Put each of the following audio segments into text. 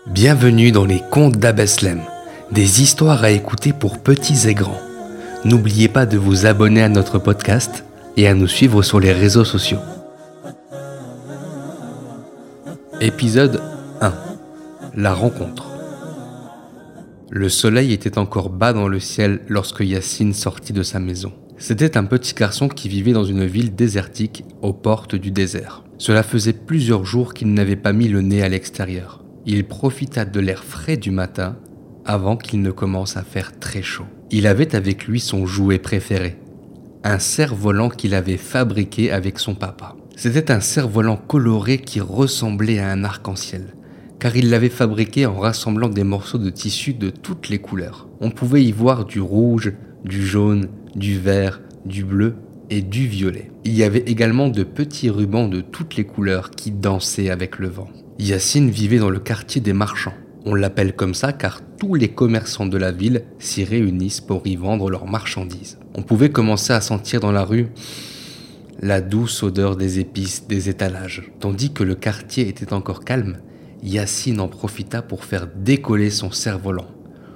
Bienvenue dans les contes d'Abeslem, des histoires à écouter pour petits et grands. N'oubliez pas de vous abonner à notre podcast et à nous suivre sur les réseaux sociaux. Épisode 1. La rencontre. Le soleil était encore bas dans le ciel lorsque Yacine sortit de sa maison. C'était un petit garçon qui vivait dans une ville désertique aux portes du désert. Cela faisait plusieurs jours qu'il n'avait pas mis le nez à l'extérieur. Il profita de l'air frais du matin avant qu'il ne commence à faire très chaud. Il avait avec lui son jouet préféré, un cerf-volant qu'il avait fabriqué avec son papa. C'était un cerf-volant coloré qui ressemblait à un arc-en-ciel, car il l'avait fabriqué en rassemblant des morceaux de tissu de toutes les couleurs. On pouvait y voir du rouge, du jaune, du vert, du bleu et du violet. Il y avait également de petits rubans de toutes les couleurs qui dansaient avec le vent. Yacine vivait dans le quartier des marchands. On l'appelle comme ça car tous les commerçants de la ville s'y réunissent pour y vendre leurs marchandises. On pouvait commencer à sentir dans la rue la douce odeur des épices des étalages. Tandis que le quartier était encore calme, Yacine en profita pour faire décoller son cerf-volant.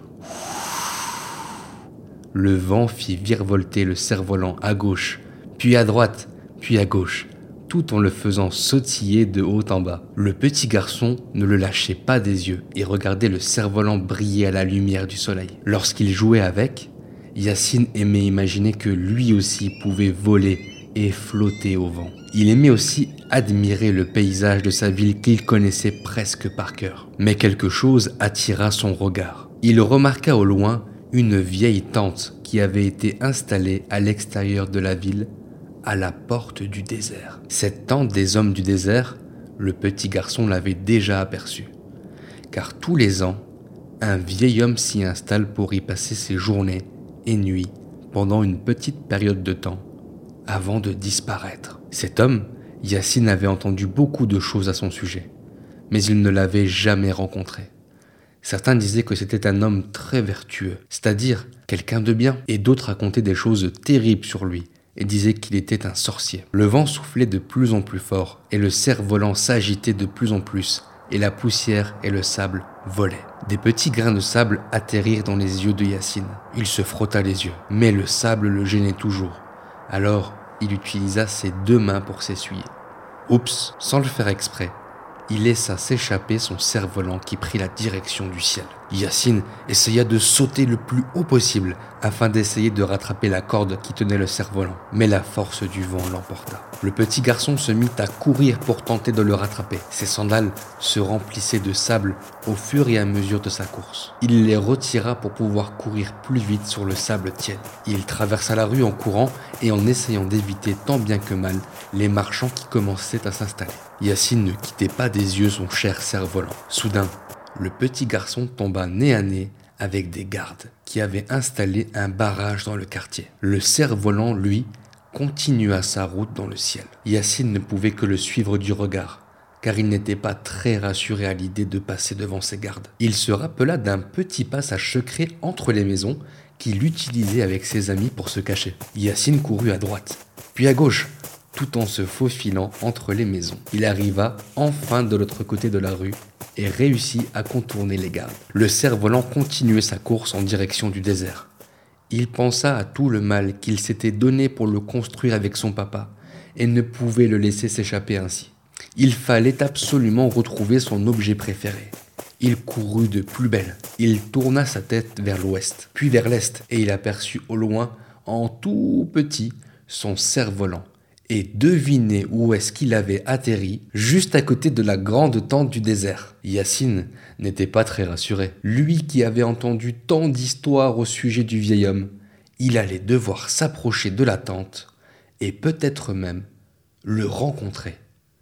Le vent fit virevolter le cerf-volant à gauche, puis à droite, puis à gauche, tout en le faisant sautiller de haut en bas. Le petit garçon ne le lâchait pas des yeux et regardait le cerf-volant briller à la lumière du soleil. Lorsqu'il jouait avec, Yacine aimait imaginer que lui aussi pouvait voler et flotter au vent. Il aimait aussi admirer le paysage de sa ville qu'il connaissait presque par cœur. Mais quelque chose attira son regard. Il remarqua au loin une vieille tente qui avait été installée à l'extérieur de la ville, à la porte du désert. Cette tente des hommes du désert, le petit garçon l'avait déjà aperçue. Car tous les ans, un vieil homme s'y installe pour y passer ses journées et nuits pendant une petite période de temps, avant de disparaître. Cet homme, Yacine avait entendu beaucoup de choses à son sujet, mais il ne l'avait jamais rencontré. Certains disaient que c'était un homme très vertueux, c'est-à-dire quelqu'un de bien, et d'autres racontaient des choses terribles sur lui et disaient qu'il était un sorcier. Le vent soufflait de plus en plus fort et le cerf-volant s'agitait de plus en plus et la poussière et le sable volaient. Des petits grains de sable atterrirent dans les yeux de Yacine. Il se frotta les yeux, mais le sable le gênait toujours. Alors, il utilisa ses deux mains pour s'essuyer. Oups, sans le faire exprès, il laissa s'échapper son cerf-volant qui prit la direction du ciel. Yacine essaya de sauter le plus haut possible afin d'essayer de rattraper la corde qui tenait le cerf-volant. Mais la force du vent l'emporta. Le petit garçon se mit à courir pour tenter de le rattraper. Ses sandales se remplissaient de sable au fur et à mesure de sa course. Il les retira pour pouvoir courir plus vite sur le sable tiède. Il traversa la rue en courant et en essayant d'éviter tant bien que mal les marchands qui commençaient à s'installer. Yacine ne quittait pas des yeux son cher cerf-volant. Soudain, le petit garçon tomba nez à nez avec des gardes qui avaient installé un barrage dans le quartier. Le cerf-volant, lui, continua sa route dans le ciel. Yacine ne pouvait que le suivre du regard, car il n'était pas très rassuré à l'idée de passer devant ces gardes. Il se rappela d'un petit passage secret entre les maisons qu'il utilisait avec ses amis pour se cacher. Yacine courut à droite, puis à gauche, tout en se faufilant entre les maisons. Il arriva enfin de l'autre côté de la rue et réussit à contourner les gardes. Le cerf-volant continuait sa course en direction du désert. Il pensa à tout le mal qu'il s'était donné pour le construire avec son papa et ne pouvait le laisser s'échapper ainsi. Il fallait absolument retrouver son objet préféré. Il courut de plus belle. Il tourna sa tête vers l'ouest, puis vers l'est, et il aperçut au loin, en tout petit, son cerf-volant. Et devinez où est-ce qu'il avait atterri, juste à côté de la grande tente du désert. Yacine n'était pas très rassuré. Lui qui avait entendu tant d'histoires au sujet du vieil homme, il allait devoir s'approcher de la tente et peut-être même le rencontrer.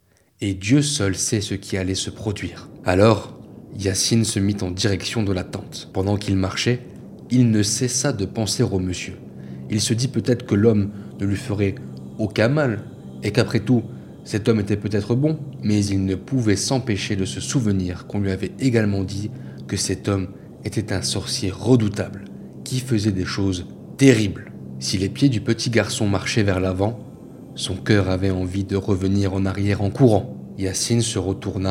Et Dieu seul sait ce qui allait se produire. Alors, Yacine se mit en direction de la tente. Pendant qu'il marchait, il ne cessa de penser au monsieur. Il se dit peut-être que l'homme ne lui ferait aucun mal, et qu'après tout, cet homme était peut-être bon, mais il ne pouvait s'empêcher de se souvenir qu'on lui avait également dit que cet homme était un sorcier redoutable, qui faisait des choses terribles. Si les pieds du petit garçon marchaient vers l'avant, son cœur avait envie de revenir en arrière en courant. Yacine se retourna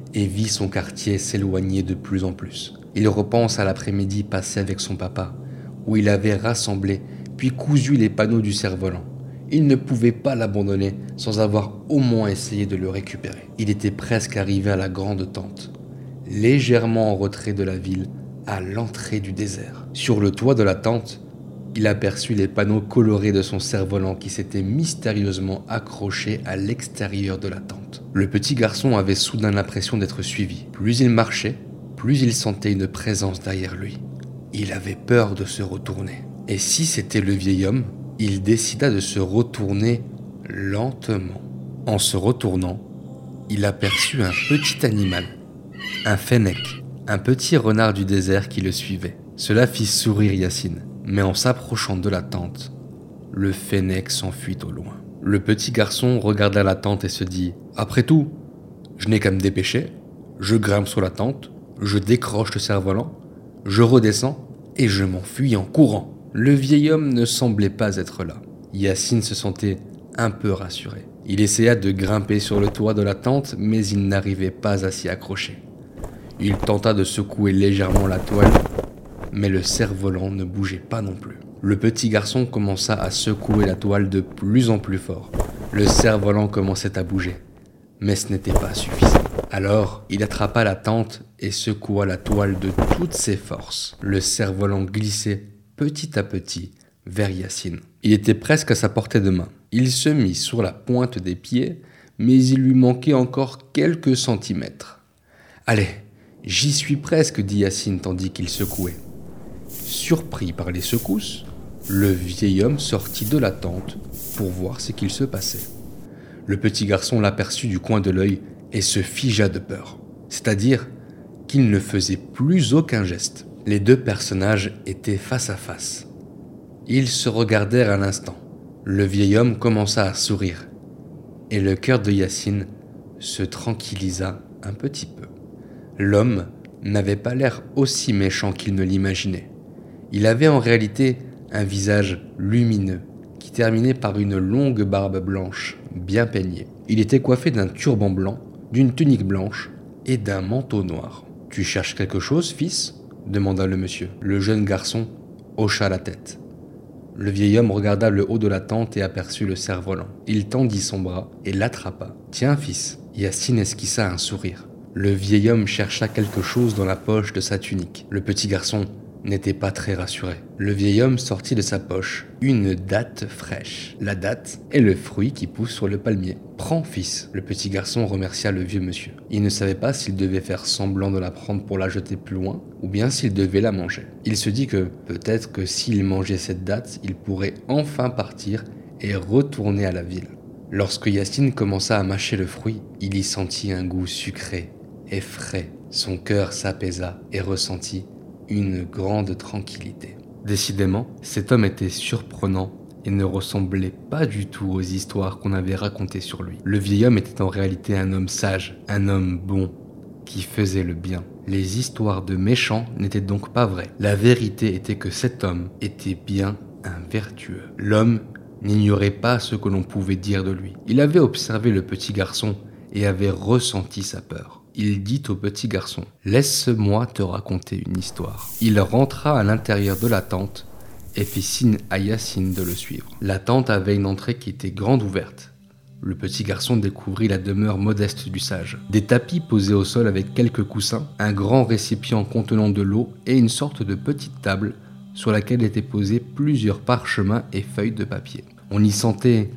et vit son quartier s'éloigner de plus en plus. Il repense à l'après-midi passé avec son papa, où il avait rassemblé puis cousu les panneaux du cerf-volant. Il ne pouvait pas l'abandonner sans avoir au moins essayé de le récupérer. Il était presque arrivé à la grande tente, légèrement en retrait de la ville, à l'entrée du désert. Sur le toit de la tente, il aperçut les panneaux colorés de son cerf-volant qui s'étaient mystérieusement accrochés à l'extérieur de la tente. Le petit garçon avait soudain l'impression d'être suivi. Plus il marchait, plus il sentait une présence derrière lui. Il avait peur de se retourner. Et si c'était le vieil homme, il décida de se retourner lentement. En se retournant, il aperçut un petit animal, un fennec, un petit renard du désert qui le suivait. Cela fit sourire Yacine, mais en s'approchant de la tente, le fennec s'enfuit au loin. Le petit garçon regarda la tente et se dit « Après tout, je n'ai qu'à me dépêcher, je grimpe sur la tente, je décroche le cerf-volant, je redescends et je m'enfuis en courant. » Le vieil homme ne semblait pas être là. Yacine se sentait un peu rassuré. Il essaya de grimper sur le toit de la tente, mais il n'arrivait pas à s'y accrocher. Il tenta de secouer légèrement la toile, mais le cerf-volant ne bougeait pas non plus. Le petit garçon commença à secouer la toile de plus en plus fort. Le cerf-volant commençait à bouger, mais ce n'était pas suffisant. Alors, il attrapa la tente et secoua la toile de toutes ses forces. Le cerf-volant glissait petit à petit vers Yacine. Il était presque à sa portée de main. Il se mit sur la pointe des pieds, mais il lui manquait encore quelques centimètres. « Allez, j'y suis presque » dit Yacine tandis qu'il secouait. Surpris par les secousses, le vieil homme sortit de la tente pour voir ce qu'il se passait. Le petit garçon l'aperçut du coin de l'œil et se figea de peur. C'est-à-dire qu'il ne faisait plus aucun geste. Les deux personnages étaient face à face. Ils se regardèrent un instant. Le vieil homme commença à sourire, et le cœur de Yacine se tranquillisa un petit peu. L'homme n'avait pas l'air aussi méchant qu'il ne l'imaginait. Il avait en réalité un visage lumineux, qui terminait par une longue barbe blanche, bien peignée. Il était coiffé d'un turban blanc, d'une tunique blanche et d'un manteau noir. « Tu cherches quelque chose, fils ?» demanda le monsieur. Le jeune garçon hocha la tête. Le vieil homme regarda le haut de la tente et aperçut le cerf-volant. Il tendit son bras et l'attrapa. « Tiens, fils !» Yacine esquissa un sourire. Le vieil homme chercha quelque chose dans la poche de sa tunique. Le petit garçon n'était pas très rassuré. Le vieil homme sortit de sa poche une datte fraîche. La datte est le fruit qui pousse sur le palmier. « Prends, fils !» Le petit garçon remercia le vieux monsieur. Il ne savait pas s'il devait faire semblant de la prendre pour la jeter plus loin, ou bien s'il devait la manger. Il se dit que peut-être que s'il mangeait cette datte, il pourrait enfin partir et retourner à la ville. Lorsque Yacine commença à mâcher le fruit, il y sentit un goût sucré et frais. Son cœur s'apaisa et ressentit une grande tranquillité. Décidément, cet homme était surprenant et ne ressemblait pas du tout aux histoires qu'on avait racontées sur lui. Le vieil homme était en réalité un homme sage, un homme bon, qui faisait le bien. Les histoires de méchants n'étaient donc pas vraies. La vérité était que cet homme était bien un vertueux. L'homme n'ignorait pas ce que l'on pouvait dire de lui. Il avait observé le petit garçon et avait ressenti sa peur. Il dit au petit garçon « Laisse-moi te raconter une histoire ». Il rentra à l'intérieur de la tente et fit signe à Yacine de le suivre. La tente avait une entrée qui était grande ouverte. Le petit garçon découvrit la demeure modeste du sage. Des tapis posés au sol avec quelques coussins, un grand récipient contenant de l'eau et une sorte de petite table sur laquelle étaient posés plusieurs parchemins et feuilles de papier. On y sentait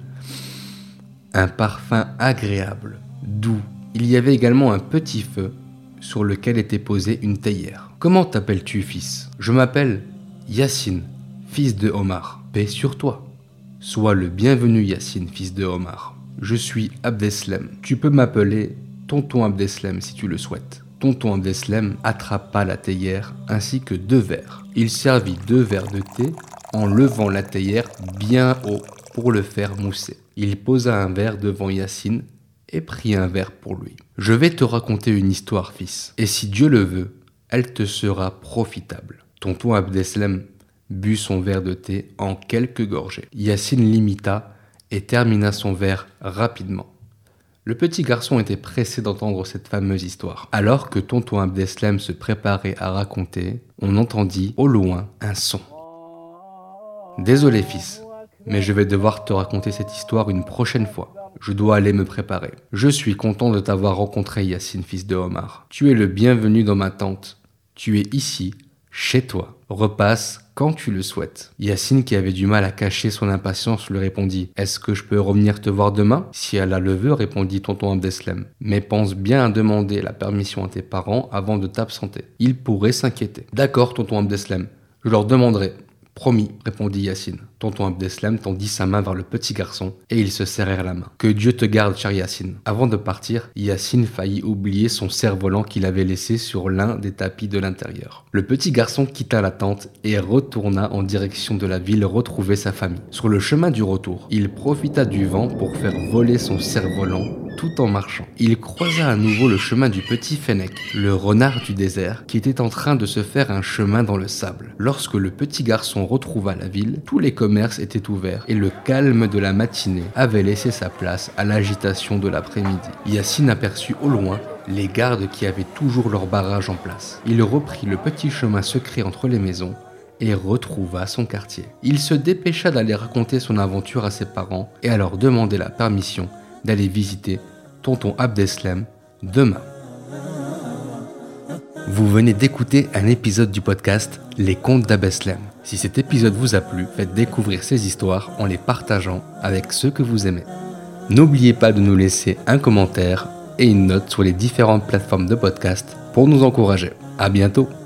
un parfum agréable, doux. Il y avait également un petit feu sur lequel était posée une théière. « Comment t'appelles-tu, fils ?»« Je m'appelle Yacine, fils de Omar. Paix sur toi. Sois le bienvenu, Yacine, fils de Omar. Je suis Abdeslem. Tu peux m'appeler Tonton Abdeslem si tu le souhaites. » Tonton Abdeslem attrapa la théière ainsi que 2 verres. Il servit 2 verres de thé en levant la théière bien haut pour le faire mousser. Il posa un verre devant Yacine et prit un verre pour lui. « Je vais te raconter une histoire, fils, et si Dieu le veut, elle te sera profitable. » Tonton Abdeslem but son verre de thé en quelques gorgées. Yacine l'imita et termina son verre rapidement. Le petit garçon était pressé d'entendre cette fameuse histoire. Alors que tonton Abdeslam se préparait à raconter, on entendit au loin un son. Désolé fils, mais je vais devoir te raconter cette histoire une prochaine fois. Je dois aller me préparer. Je suis content de t'avoir rencontré, Yacine, fils de Omar. Tu es le bienvenu dans ma tente. Tu es ici, chez toi. Repasse quand tu le souhaites. Yacine, qui avait du mal à cacher son impatience, lui répondit « Est-ce que je peux revenir te voir demain ?»« Si Allah le veut, répondit tonton Abdeslam. Mais pense bien à demander la permission à tes parents avant de t'absenter. Ils pourraient s'inquiéter. »« D'accord, tonton Abdeslam. Je leur demanderai. » « Promis, répondit Yacine. Tonton Abdeslam tendit sa main vers le petit garçon et ils se serrèrent la main. Que Dieu te garde, cher Yacine. Avant de partir, Yacine faillit oublier son cerf-volant qu'il avait laissé sur l'un des tapis de l'intérieur. Le petit garçon quitta la tente et retourna en direction de la ville retrouver sa famille. Sur le chemin du retour, il profita du vent pour faire voler son cerf-volant tout en marchant. Il croisa à nouveau le chemin du petit Fennec, le renard du désert, qui était en train de se faire un chemin dans le sable. Lorsque le petit garçon retrouva la ville, tous les commerces étaient ouverts et le calme de la matinée avait laissé sa place à l'agitation de l'après-midi. Yacine aperçut au loin les gardes qui avaient toujours leur barrage en place. Il reprit le petit chemin secret entre les maisons et retrouva son quartier. Il se dépêcha d'aller raconter son aventure à ses parents et à leur demander la permission d'aller visiter tonton Abdeslam demain. Vous venez d'écouter un épisode du podcast Les Contes d'Abdeslam. Si cet épisode vous a plu, faites découvrir ces histoires en les partageant avec ceux que vous aimez. N'oubliez pas de nous laisser un commentaire et une note sur les différentes plateformes de podcast pour nous encourager. À bientôt.